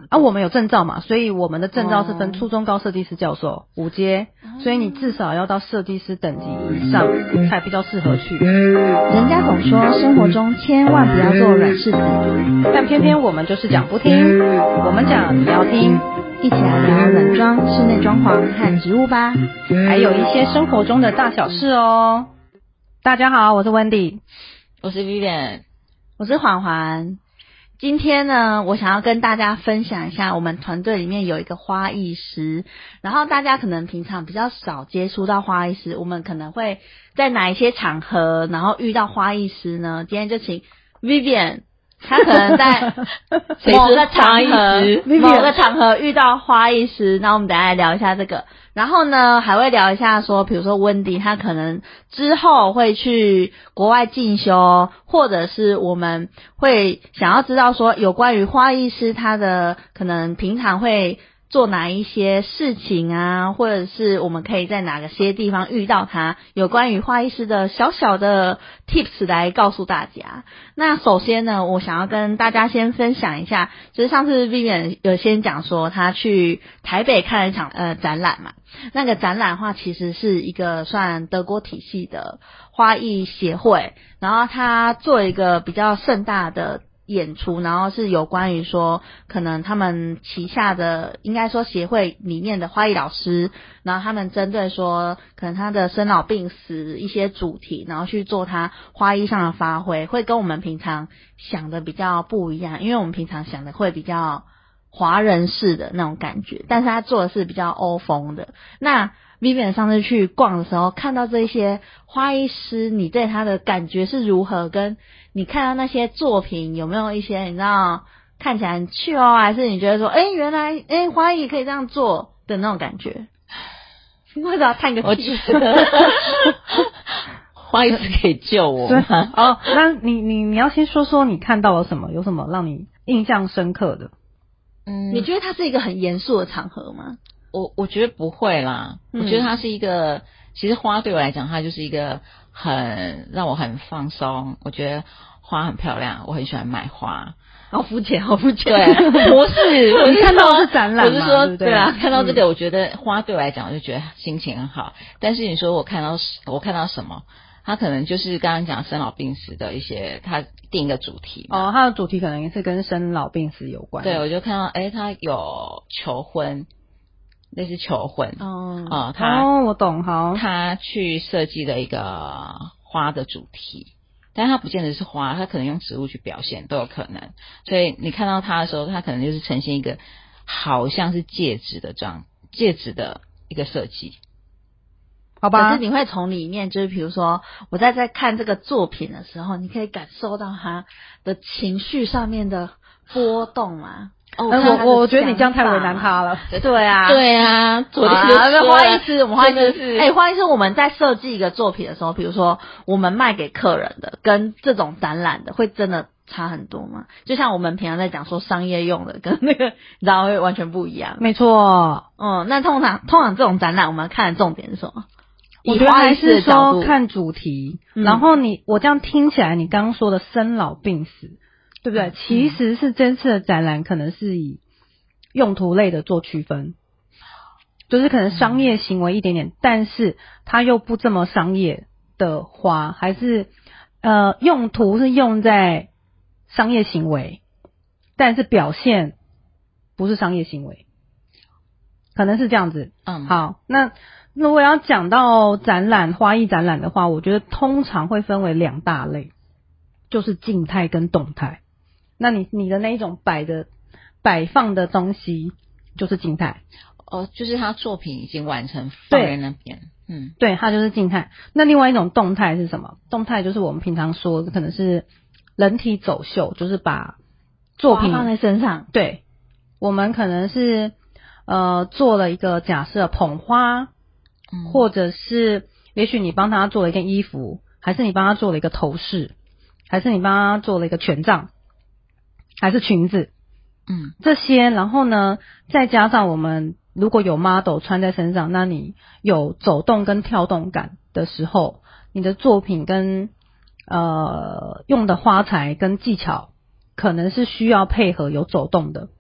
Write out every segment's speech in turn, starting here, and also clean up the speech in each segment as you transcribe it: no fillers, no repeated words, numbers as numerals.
我们有证照嘛，所以我们的证照是分初中高设计师教授5阶，所以你至少要到设计师等级以上才比较适合去。 人家总说生活中千万不要做软柿子， 但偏偏我们就是讲不听，我们讲你要听， 一起来聊软装、室内装潢和植物吧， 还有一些生活中的大小事哦。大家好，我是 Wendy， 我是 Vivian， 我是环环。今天呢，我想要跟大家分享一下，我们团队里面有一个花艺师，然后大家可能平常比较少接触到花艺师，我们可能会在哪一些场合，然后遇到花艺师呢？今天就请 Vivian， 他可能在某个场合遇到花艺师，那我们等一下来聊一下这个。然后呢，还会聊一下说，比如说温迪他可能之后会去国外进修，或者是我们会想要知道说有关于花艺师他的可能平常会做哪一些事情啊，或者是我们可以在哪些地方遇到他，有关于花艺师的小小的 tips 来告诉大家。那首先呢，我想要跟大家先分享一下，就是上次 Vivian 有先讲说他去台北看了一场展览嘛，那个展览的话其实是一个算德国体系的花艺协会，然后他做一个比较盛大的演出，然后是有关于说可能他们旗下的应该说协会里面的花艺老师，然后他们针对说可能他的生老病死一些主题，然后去做他花艺上的发挥，会跟我们平常想的比较不一样，因为我们平常想的会比较华人式的那种感觉，但是他做的是比较欧风的。那 Vivian 上次去逛的时候看到这些花艺师，你对他的感觉是如何？跟你看到那些作品有没有一些你知道看起来很趣哦，还是你觉得说原来花艺可以这样做的那种感觉？为什么要叹个气？ 我觉得花艺师可以救我吗？ 哦，那你要先说说你看到了什么，有什么让你印象深刻的？ 你觉得它是一个很严肃的场合吗？ 我觉得不会啦，我觉得它是一个，其实花对我来讲，它就是一个让我很放松。我觉得花很漂亮，我很喜欢买花。 好肤浅，好肤浅。 对，不是，我是看到的是展览嘛， 我是说， 对不对？ 对啊，看到这个，我觉得花对我来讲，我就觉得心情很好。但是你说我看到什么？他可能就是刚刚讲生老病死的一些，他定一个主题嘛。 他的主题可能也是跟生老病死有关。 对，我就看到，他有求婚，类似求婚。 我懂，好。 他去设计了一个花的主题，但他不见得是花，他可能用植物去表现都有可能。所以你看到他的时候，他可能就是呈现一个好像是戒指的一个设计。 好吧， 可是你会从里面，就是比如说我在看这个作品的时候，你可以感受到他的情绪上面的波动啊。 我觉得你这样太为难他了。 对啊， 对啊，昨天花艺师，花艺师我们在设计一个作品的时候，比如说我们卖给客人的，跟这种展览的，会真的差很多吗？就像我们平常在讲说商业用的，跟那个你知道会完全不一样。 没错。 那通常这种展览，我们看的重点是什么？ 我觉得还是说看主题，然后我这样听起来，你刚刚说的生老病死，对不对？其实是这次的展览可能是以用途类的做区分，就是可能商业行为一点点，但是它又不这么商业的花，还是用途是用在商业行为，但是表现不是商业行为，可能是这样子。好，那如果要讲到花艺展览的话，我觉得通常会分为2大类，就是静态跟动态。那你的那一种摆放的东西就是静态。 就是他作品已经完成放在那边。 对，它就是静态。那另外一种动态是什么？动态就是我们平常说的可能是人体走秀，就是把作品放在身上。 对，我们可能是做了一个假设捧花，或者是也许你帮他做了一件衣服，还是你帮他做了一个头饰，还是你帮他做了一个权杖，还是裙子，这些，然后呢再加上我们如果有 model 穿在身上，那你有走动跟跳动感的时候，你的作品跟用的花材跟技巧可能是需要配合有走动的，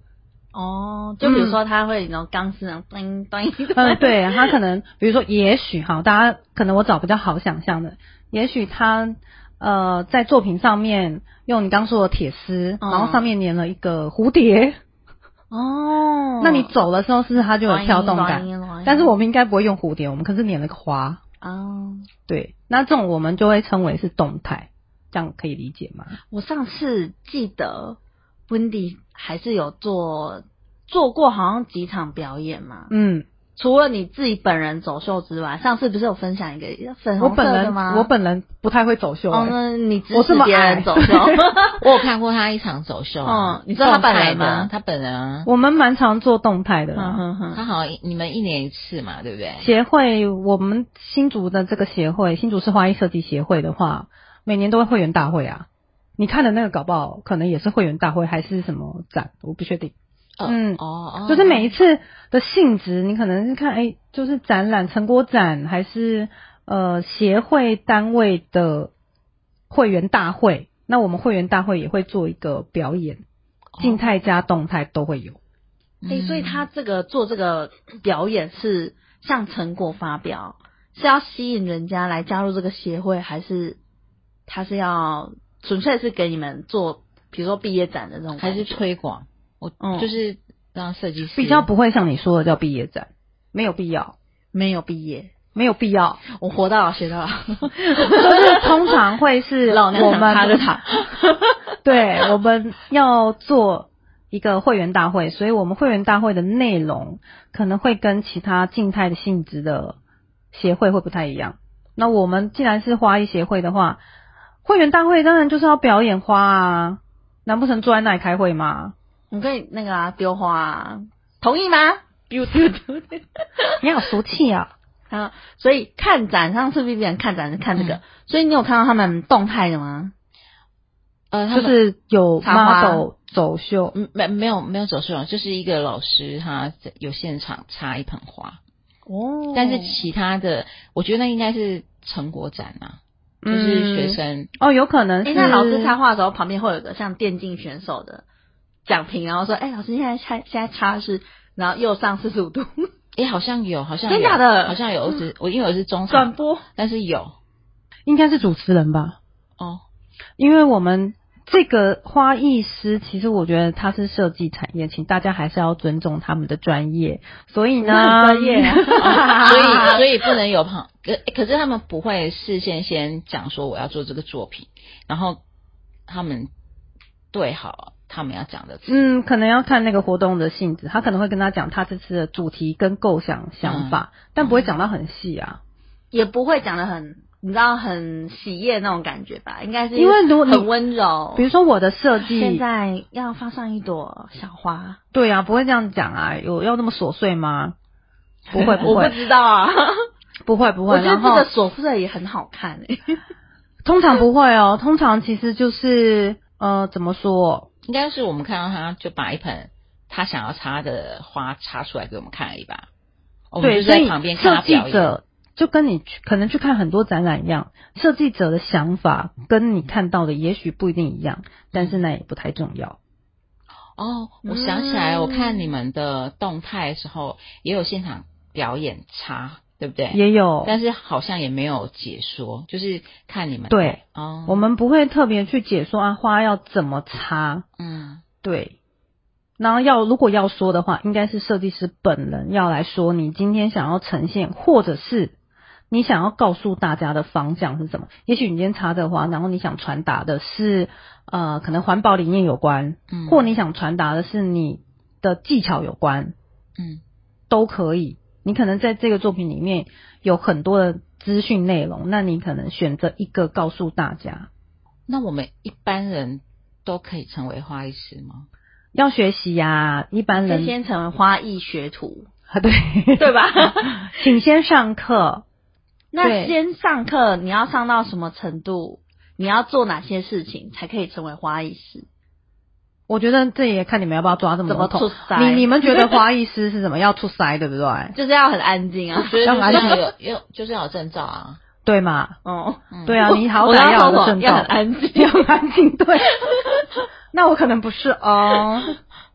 哦，就比如说他会那种钢丝那种咚咚。 对，他可能比如说也许哈，大家可能我找比较好想象的，也许他在作品上面用你刚说的铁丝，然后上面粘了一个蝴蝶。 哦， 那你走的时候是不是它就有跳动感？但是我们应该不会用蝴蝶，我们可是粘了个花。 哦，对， 那这种我们就会称为是动态，这样可以理解吗？ 我上次记得 Wendy 还是有做过好像几场表演嘛。除了你自己本人走秀之外，上次不是有分享一个粉红色的吗？ 我本人不太会走秀。 那你支持别人走秀？ 我有看过他一场走秀你知道他本人吗？ 他本人啊， 我们蛮常做动态的。 他好像你们1年1次嘛，对不对？ 协会，我们新竹的这个协会，新竹市花艺设计协会的话，每年都会会员大会啊。你看的那个搞不好可能也是会员大会，还是什么展，我不确定。就是每一次的性质，你可能是看就是展览成果展，还是协会单位的会员大会。那我们会员大会也会做一个表演，静态加动态都会有。 所以他做这个表演是像成果发表，是要吸引人家来加入这个协会，还是他是要纯粹是给你们做，比如说毕业展的这种感觉， 还是推广？我就是让设计师比较不会像你说的叫毕业展，没有必要， 没有毕业， 没有必要。 我活到老学到老， 就是通常会是老娘想塌就塌。 对，我们要做一个会员大会，所以我们会员大会的内容可能会跟其他静态的性质的协会会不太一样。那我们既然是花艺协会的话，会员大会当然就是要表演花啊，难不成坐在那里开会吗？ 你可以那个丢花啊，同意吗？丢， 你好俗气啊！ 所以看展，上次 Vivian 看展是看这个，所以你有看到他们动态的吗？ 就是有 model 走秀， 没有走秀，就是一个老师他有现场插一盆花。但是其他的，我觉得那应该是成果展啊。就是学生有可能是。 那老师插花的时候，旁边会有个像电竞选手的奖评，然后说：“老师现在插的是，然后右上45度。” 好像有， 真假的？ 好像有，我因为我是中场转播， 但是有， 应该是主持人吧？因为我们这个花艺师，其实我觉得他是设计产业，请大家还是要尊重他们的专业。所以呢， 专业所以不能有可是他们不会事先讲说我要做这个作品，然后他们对好他们要讲的可能要看那个活动的性质，他可能会跟他讲他这次的主题跟构想法，但不会讲到很细啊， 也不会讲得很。你知道很喜悦那种感觉吧？应该是因为如果很温柔。 比如说我的设计现在要放上一朵小花， 对啊，不会这样讲啊，有要那么琐碎吗？不会， 我不知道啊， 不会。 我觉得这个琐碎也很好看通常不会通常其实就是怎么说？ 应该是我们看到他就把一盆他想要插的花插出来给我们看而已吧。我们就在旁边看他表演。 设计者就跟你可能去看很多展览一样，设计者的想法跟你看到的也许不一定一样，但是那也不太重要。 我想起来，我看你们的动态的时候也有现场表演插，对不对？ 也有， 但是好像也没有解说，就是看你们对我们不会特别去解说花要怎么插，对。然后如果要说的话，应该是设计师本人要来说你今天想要呈现，或者是你想要告诉大家的方向是什么。也许你今天插这花，然后你想传达的是可能环保理念有关，或你想传达的是你的技巧有关，都可以。你可能在这个作品里面有很多的资讯内容，那你可能选择一个告诉大家。 那我们一般人都可以成为花艺师吗？ 要学习呀，一般人先成为花艺学徒对吧？ 请先上课。 那先上课，你要上到什么程度？你要做哪些事情才可以成为花艺师？ 我觉得这也看你们要不要抓这么多头。 怎么出塞？ 你们觉得花艺师是什么？要出塞，对不对？ 就是要很安静啊， 要安静，就是要有证照啊， 对嘛？对啊，你好歹要有证照， 要很安静， 要很安静，对。那我可能不是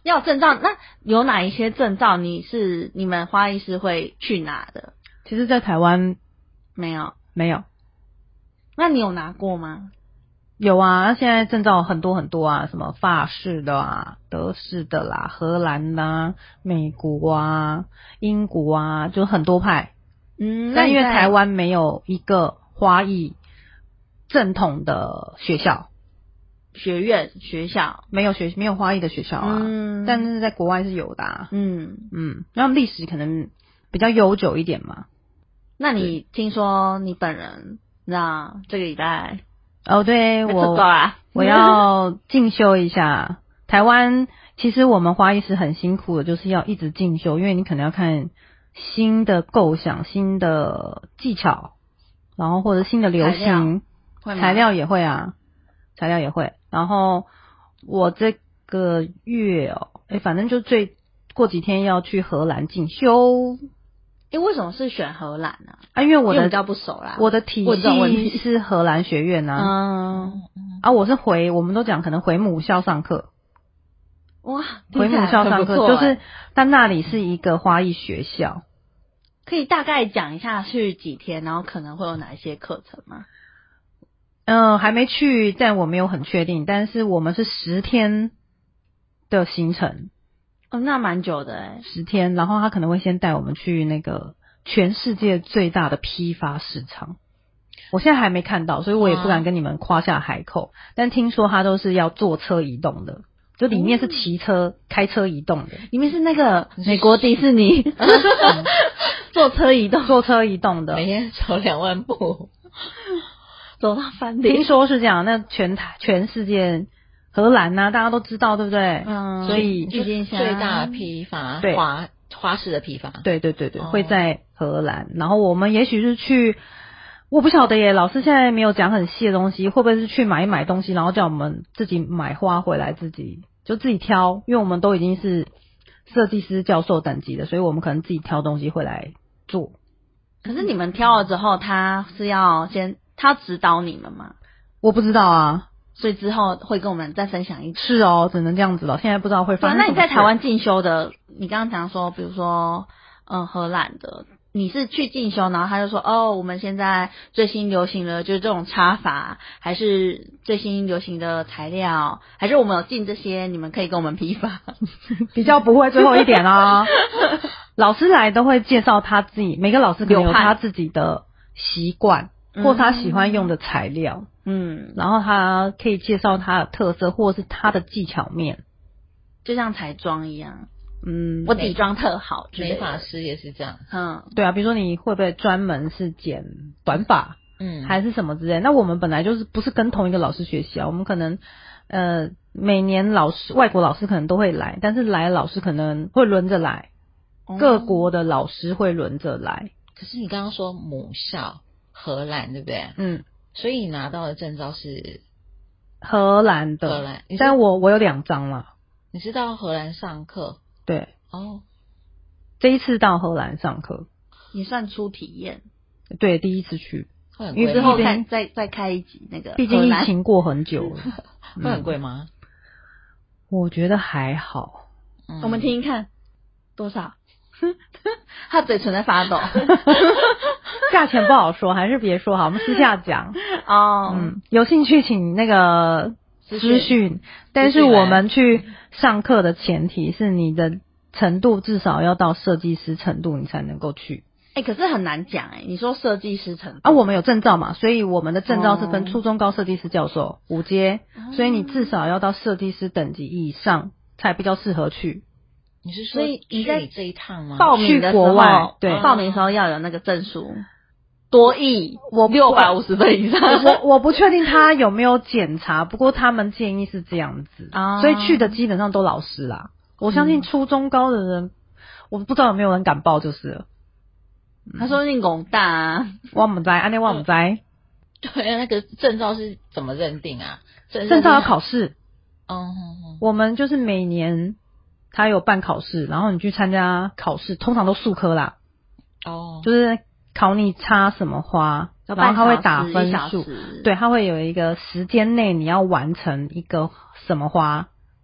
要证照，那有哪一些证照你们花艺师会去拿的？ 其实在台湾没有。 那你有拿过吗？ 有啊，现在证照很多很多啊，什么法式的啊、德式的啦、荷兰啦、美国啊、英国啊，就很多派。但因为台湾没有一个花艺正统的学校。 学校没有花艺的学校啊，但是在国外是有的啊。然后历史可能比较悠久一点嘛。 那你听说你本人那这个礼拜对，我要进修一下。台湾其实我们花艺师很辛苦的，就是要一直进修，因为你可能要看新的构想、新的技巧，然后或者新的流行材料也会啊。材料也会，然后我这个月反正就过几天要去荷兰进修。 为什么是选荷兰呢？ 因为我比较不熟啦。 我的体系是荷兰学院啊。我是我们都讲可能回母校上课。 哇， 回母校上课就是但那里是一个花艺学校。 可以大概讲一下去几天，然后可能会有哪一些课程吗？ 还没去，但我没有很确定。但是我们是10天的行程。 那蛮久的 10天，然后他可能会先带我们去那个全世界最大的批发市场。我现在还没看到，所以我也不敢跟你们夸下海口。但听说它都是要坐车移动的，就里面是骑车、开车移动的。 里面是那个美国迪士尼，坐车移动的， 每天走2万步。 走到饭店， 听说是这样。那全世界荷兰啊，大家都知道，对不对？ 所以最大的批发花式的批发， 对，会在荷兰。然后我们也许是去，我不晓得耶，老师现在没有讲很细的东西，会不会是去买一买东西，然后叫我们自己买花回来，自己挑，因为我们都已经是设计师教授等级的，所以我们可能自己挑东西回来做。 可是你们挑了之后，他指导你们吗？ 我不知道啊， 所以之后会跟我们再分享一次。 是只能这样子了。现在不知道会发生什么事。 那你在台湾进修的，你刚刚讲说，比如说荷兰的，你是去进修，然后他就说我们现在最新流行的就是这种插法，还是最新流行的材料，还是我们有进这些，你们可以跟我们批发？ 比较不会最后一点啊。老师来都会介绍他自己，每个老师可能有他自己的习惯。或他喜欢用的材料，然后他可以介绍他的特色，或者是他的技巧面， 就像彩妆一样。我底妆特好， 美发师也是这样。 对啊，比如说你会不会专门是剪短发，还是什么之类？那我们本来就是不是跟同一个老师学习啊，我们可能每年外国老师可能都会来，但是来的老师可能会轮着来，各国的老师会轮着来。 可是你刚刚说母校。荷兰对不对？所以你拿到的证照是荷兰的，但我有2张了。 你是到荷兰上课？ 对。这一次到荷兰上课， 也算初体验。 对，第一次去， 因为之后再开一集那个。 毕竟疫情过很久了。 会很贵吗？ 我觉得还好。 我们听听看多少。他嘴唇在发抖。 价钱不好说，还是别说好，我们私下讲。有兴趣请那个资讯，但是我们去上课的前提是你的程度至少要到设计师程度，你才能够去。 可是很难讲你说设计师程度我们有证照嘛，所以我们的证照是分初中高设计师教授5阶，所以你至少要到设计师等级以上才比较适合去。 你是说你在这一趟吗？ 报名的时候， 去国外，对， 报名的时候要有那个证书，多益650分以上。 我不确定他有没有检查，不过他们建议是这样子，所以去的基本上都老师啦。我相信初中高的人，我不知道有没有人敢报就是了。 他说你拱大啊， 我不知道，安内我不知道。 对，那个证照是怎么认定啊？ 证照要考试。我们就是每年他有办考试，然后你去参加考试，通常都数科啦。就是考你插什么花，然后他会打分数。对，他会有一个时间内你要完成一个什么花，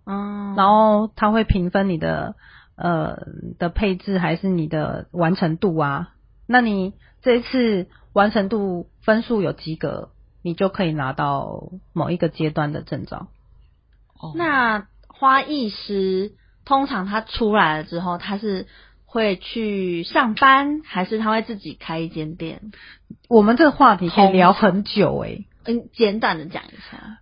然后他会评分你的的配置还是你的完成度啊。那你这一次完成度分数有及格，你就可以拿到某一个阶段的证照。 那花艺师通常他出来了之后，他是会去上班，还是他会自己开一间店？ 我们这个话题可以聊很久简短的讲一下。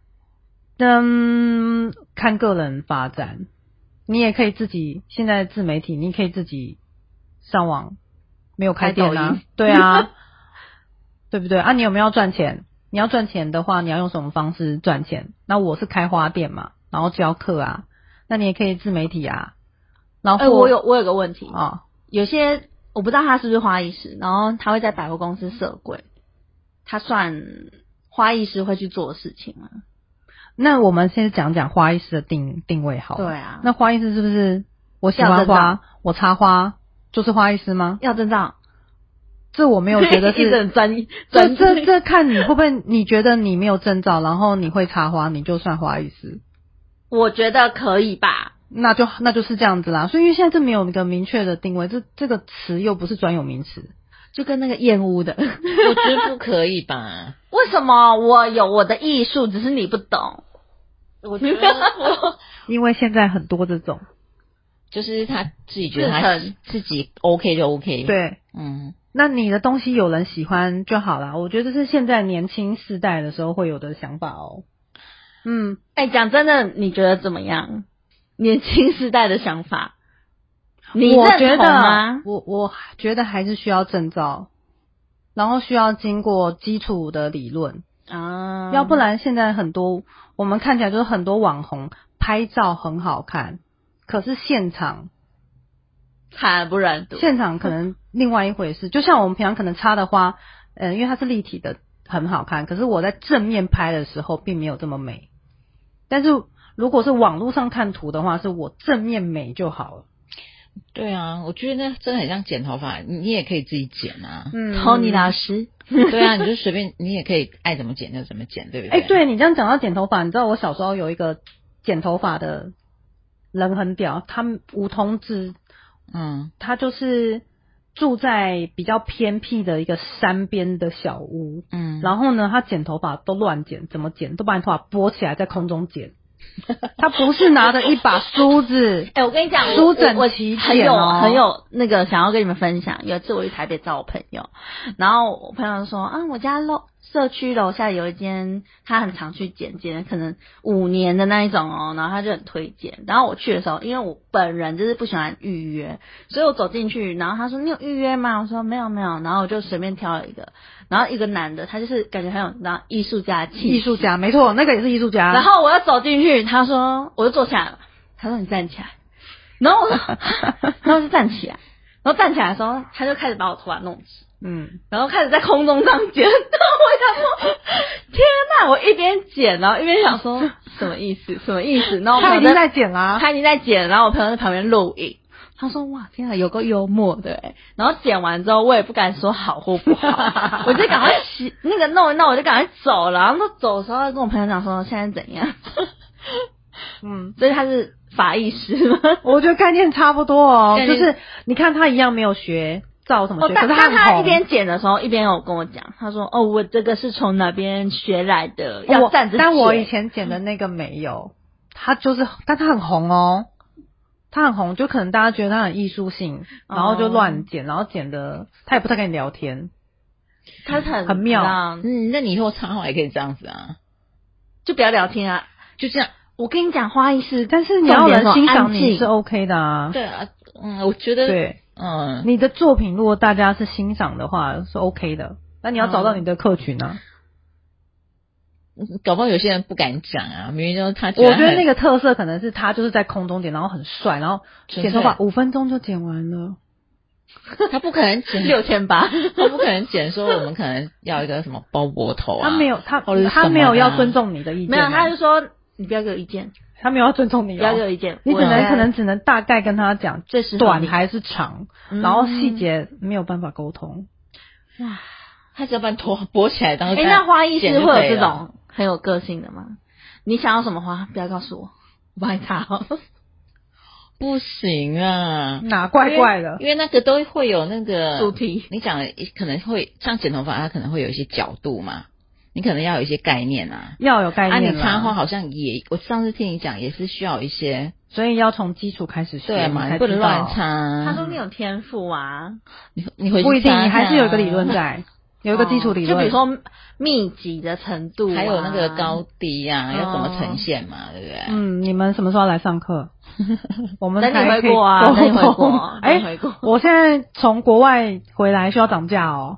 看个人发展，你也可以自己，现在自媒体你可以自己上网，没有开店啊，对啊，对不对啊？你有没有要赚钱？你要赚钱的话，你要用什么方式赚钱？那我是开花店嘛，然后教课啊，那你也可以自媒体啊。然后我有个问题啊， 有些我不知道他是不是花艺师，然后他会在百货公司设柜，他算花艺师会去做的事情吗？ 那我们先讲讲花艺师的定位好了。 对啊， 那花艺师是不是我喜欢花，我插花就是花艺师吗？ 要证照？ 这我没有觉得是很专业。 这看你会不会，你觉得你没有证照，然后你会插花，你就算花艺师？ 我觉得可以吧。 那就是这样子啦。所以因为现在这没有一个明确的定位，这个词又不是专有名词， 就跟那个燕屋的， 我觉得不可以吧？ 为什么？我有我的艺术，只是你不懂。 我觉得因为现在很多这种， 就是他自己觉得他自己 OK 就 OK。 对，那你的东西有人喜欢就好啦。我觉得这是现在年轻世代的时候会有的想法哦。 讲真的，你觉得怎么样？年轻世代的想法，你我觉认同吗？ 我觉得还是需要证照，然后需要经过基础的理论啊，要不然现在很多我们看起来就是很多网红拍照很好看，可是现场惨不忍睹， 现场可能另外一回事。就像我们平常可能插的花，因为它是立体的很好看，可是我在正面拍的时候并没有这么美。但是如果是网络上看图的话，是我正面美就好了。 对啊，我觉得那真的很像剪头发，你也可以自己剪啊。 Tony 老师， 对啊，你就随便，你也可以爱怎么剪就怎么剪，对不对？ 对，你这样讲到剪头发，你知道我小时候有一个剪头发的人很屌，他吴同志，他就是住在比较偏僻的一个山边的小屋，然后呢，他剪头发都乱剪，怎么剪都把你头发拨起来在空中剪。他不是拿着一把梳子， 我跟你讲， 梳整齐剪很有那个想要跟你们分享。有一次我去台北找我朋友，然后我朋友说我家社区楼下有一间，他很常去剪可能5年的那一种然后他就很推荐。然后我去的时候，因为我本人就是不喜欢预约，所以我走进去，然后他说你有预约吗？我说没有，然后我就随便挑了一个，然后一个男的，他就是感觉很有艺术家的气息， 艺术家没错，那个也是艺术家。 然后我要走进去，他说我就坐下来了，他说你站起来，然后我就站起来，然后站起来的时候，他就开始把我头发弄直。然后开始在空中这样剪，然后我想说，天哪！我一边剪，然后一边想说什么意思？然后他已经在剪啦， 然后我朋友在旁边录影，他说哇，天哪，有够幽默的然后剪完之后，我也不敢说好或不好，我就赶快那个弄一弄，我就赶快走了。然后走的时候跟我朋友讲说现在怎样？所以他是法医师吗？ 我觉得概念差不多就是你看他一样没有学。照什么学？可是他一边剪的时候一边有跟我讲，他说我这个是从哪边学来的，要站着剪。 但我以前剪的那个没有，他就是但他很红他很红，就可能大家觉得他很艺术性，然后就乱剪，然后剪的他也不太跟你聊天， 他很妙。 那你以后插花也可以这样子啊， 就不要聊天啊， 就这样。 我跟你讲花艺师， 但是你要人欣赏你是 OK 的啊。 对啊，我觉得对。你的作品如果大家是欣赏的话是 OK 的，那你要找到你的客群啊。 搞不好有些人不敢讲啊，明明就是他。 我觉得那个特色可能是他就是在空中剪，然后很帅，然后剪头发5分钟就剪完了。 他不可能剪 6800， 他不可能剪说我们可能要一个什么包脖头啊。 他没有要尊重你的意见， 没有，他就说你不要给我意见。 他没有要尊重你， 不要给我意见。 你可能只能大概跟他讲短还是长，然后细节没有办法沟通。 哇，他只要把头拨起来当。 那花艺师会有这种很有个性的吗？你想要什么花？不要告诉我。 我帮你查哦。 不行啊， 哪怪怪的？ 因为那个都会有那个主题， 你讲的可能会像剪头发，它可能会有一些角度嘛，你可能要有一些概念啊， 要有概念。 你插花好像也，我上次听你讲也是需要一些， 所以要从基础开始学， 对嘛，你不能乱插。 他说你有天赋啊， 你回去不一定，你还是有一个理论在。有一个基础理论， 就比如说密集的程度， 还有那个高低啊，要怎么呈现嘛，对不对？ 你们什么时候来上课？我们等你回国啊，等你回国。 我现在从国外回来需要涨价哦。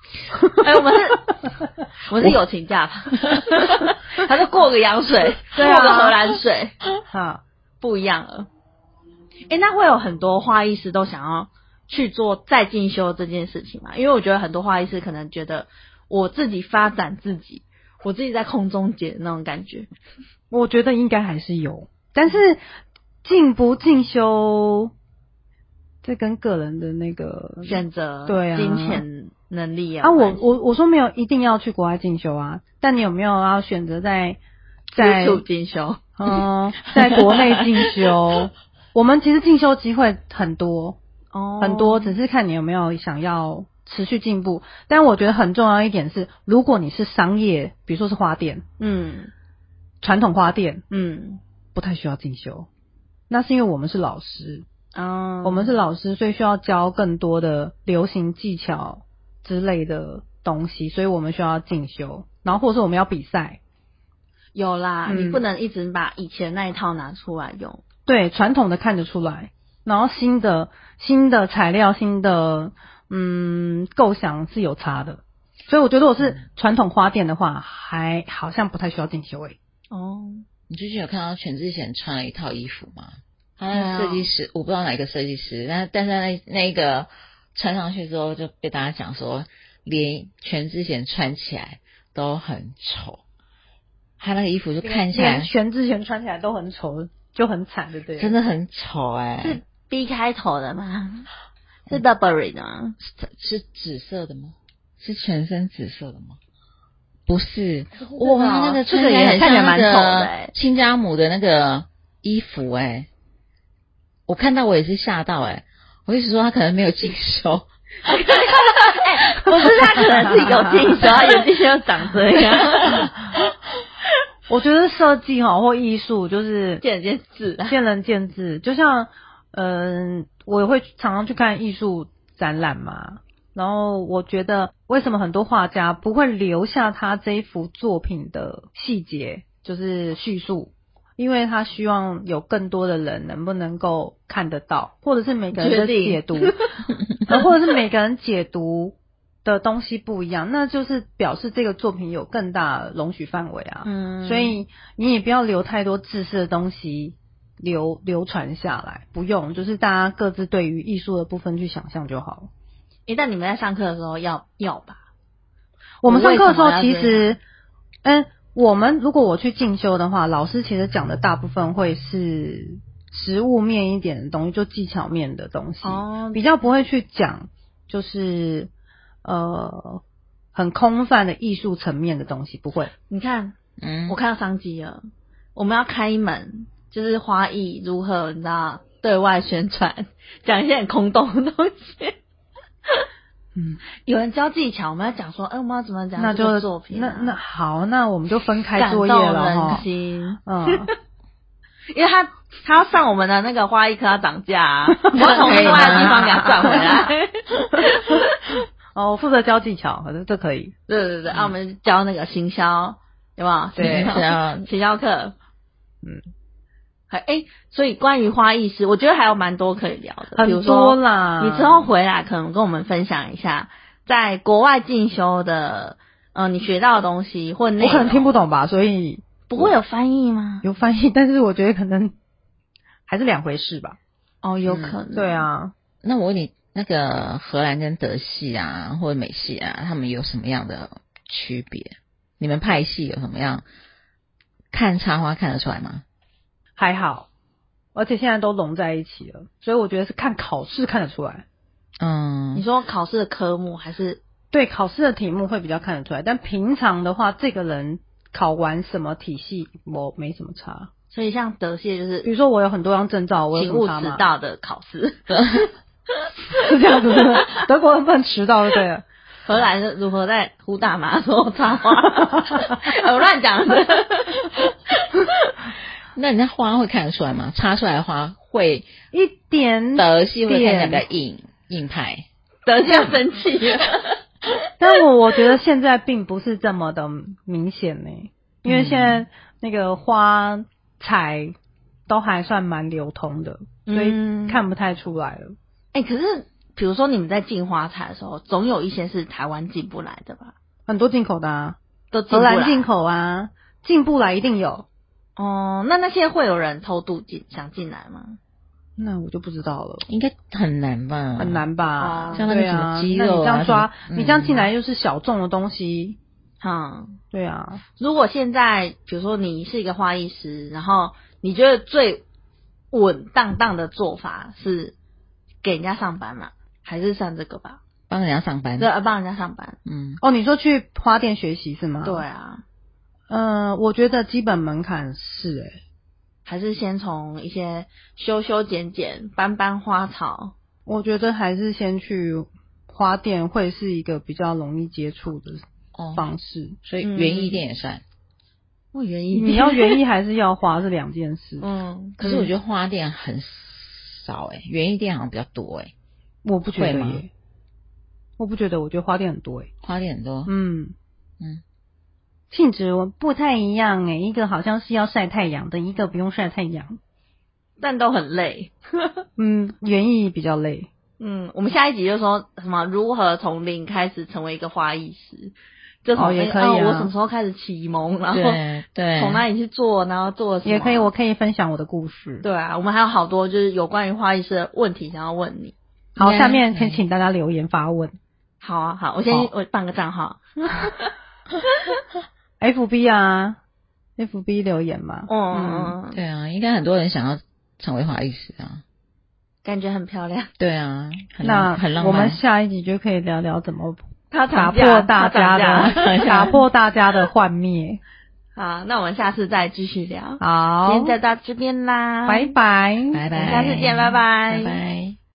我是友情价吧，他就过个洋水，过个荷兰水，不一样了。那会有很多花艺师都想要去做再进修这件事情嘛？因为我觉得很多花艺师可能觉得我自己发展自己，我自己在空中结的那种感觉。 我觉得应该还是有，但是进不进修，这跟个人的那个选择、 对啊、 金钱能力啊。我说没有一定要去国外进修啊，但你有没有要选择在基础进修？ 在国内进修，我们其实进修机会很多。很多，只是看你有没有想要持续进步。但我觉得很重要一点是，如果你是商业，比如说是花店，传统花店，不太需要进修。那是因为我们是老师，我们是老师，所以需要教更多的流行技巧之类的东西，所以我们需要进修。然后或者是我们要比赛， 有啦，你不能一直把以前那一套拿出来用。 对，传统的看得出来。然后新的材料、新的构想是有差的，所以我觉得我是传统花店的话，还好像不太需要进修你最近有看到全智贤穿了一套衣服吗？他设计师，我不知道哪一个设计师，但是那个穿上去之后就被大家讲说，连全智贤穿起来都很丑，他那个衣服就看起来全智贤穿起来都很丑，就很惨，对不对？ 真的很丑是 B 开头的吗？是 Burberry 的吗？ 是紫色的吗？是全身紫色的吗？不是，哇，那个穿起来很像那个亲家母的那个衣服我看到我也是吓到我一直说他可能没有进修， 不是他可能是有进修，他有进修长这样。 我觉得设计或艺术就是见仁见智， 见仁见智，就像。我也会常常去看艺术展览嘛，然后我觉得为什么很多画家不会留下他这一幅作品的细节，就是叙述，因为他希望有更多的人能不能够看得到，或者是每个人的解读，或者是每个人解读的东西不一样，那就是表示这个作品有更大的容许范围啊。所以你也不要留太多自私的东西。流传下来，不用，就是大家各自对于艺术的部分去想象就好了。 但你们在上课的时候要吧？ 我们上课的时候其实，我们如果我去进修的话，老师其实讲的大部分会是实物面一点的东西，就技巧面的东西，比较不会去讲就是很空泛的艺术层面的东西，不会。 你看，我看到商机了，我们要开一门。就是花艺如何你知道对外宣传，讲一些很空洞的东西。有人教技巧，我们要讲说，我们要怎么讲这个作品那好，那我们就分开作业了感动人心。因为他要上我们的那个花艺课要涨价我从另外的地方给他赚回来。 我负责教技巧，这可以。 对，我们教那个行销，有没有？ 对， 行销课。所以关于花艺师，我觉得还有蛮多可以聊的， 很多啦。 你之后回来可能跟我们分享一下，在国外进修的，你学到的东西或内容。 我可能听不懂吧，所以不会有翻译吗？ 有翻译，但是我觉得可能还是两回事吧。 有可能。 对啊， 那我问你，那个荷兰跟德系啊，或者美系啊，他们有什么样的区别？你们派系有什么样看插花看得出来吗？ 还好，而且现在都融在一起了，所以我觉得是看考试看得出来。 你说考试的科目还是？ 对，考试的题目会比较看得出来，但平常的话，这个人考完什么体系，我没什么差。 所以像德系就是比如说我有很多张证照，我有请勿什么差吗？ 迟到的考试， 是这样子的，德国人不能迟到就对了。 荷兰是如何在呼大麻的时候插花？我乱讲的。 那人家花会看得出来吗？插出来的花会一点德系会看起来比较硬派， 德系要生气了。 但我觉得现在并不是这么的明显呢，因为现在那个花材都还算蛮流通的，所以看不太出来了。 可是比如说你们在进花材的时候，总有一些是台湾进不来的吧？ 很多进口的啊， 都进不来。 荷兰进口啊，进不来一定有。 哦，那些会有人偷渡想进来吗？ 那我就不知道了， 应该很难吧？ 很难吧？ 像那个什么鸡肉啊， 那你这样抓，你这样进来又是小众的东西。对啊。 如果现在比如说你是一个花艺师，然后你觉得最稳当当的做法是给人家上班嘛，还是像这个吧？ 帮人家上班？ 对，帮人家上班。 哦，你说去花店学习是吗？ 对啊。 我觉得基本门槛是还是先从一些修剪剪、搬花草。 我觉得还是先去花店会是一个比较容易接触的方式。 所以园艺店也算。 园艺店你要园艺还是要花是两件事。 可是我觉得花店很少园艺店好像比较多我不觉得耶。我不觉得，我觉得花店很多花店很多。 性质不太一样一个好像是要晒太阳的，一个不用晒太阳， 但都很累。 园艺比较累。 我们下一集就说什么如何从零开始成为一个花艺师，就从也可以我什么时候开始启蒙，然后对从哪里去做，然后做什么也可以，我可以分享我的故事。 对啊，我们还有好多就是有关于花艺师的问题想要问你。 好，下面可以请大家留言发问。 好啊，好，我办个账号。 FB 啊 ，FB 留言嘛。 对啊，应该很多人想要成为花艺师啊， 感觉很漂亮。 对啊，很浪漫。我们下一集就可以聊聊怎么打破大家的幻灭。 好，那我们下次再继续聊。 好， 今天就到这边啦， 拜拜， 拜拜， 下次见，拜拜， 拜拜。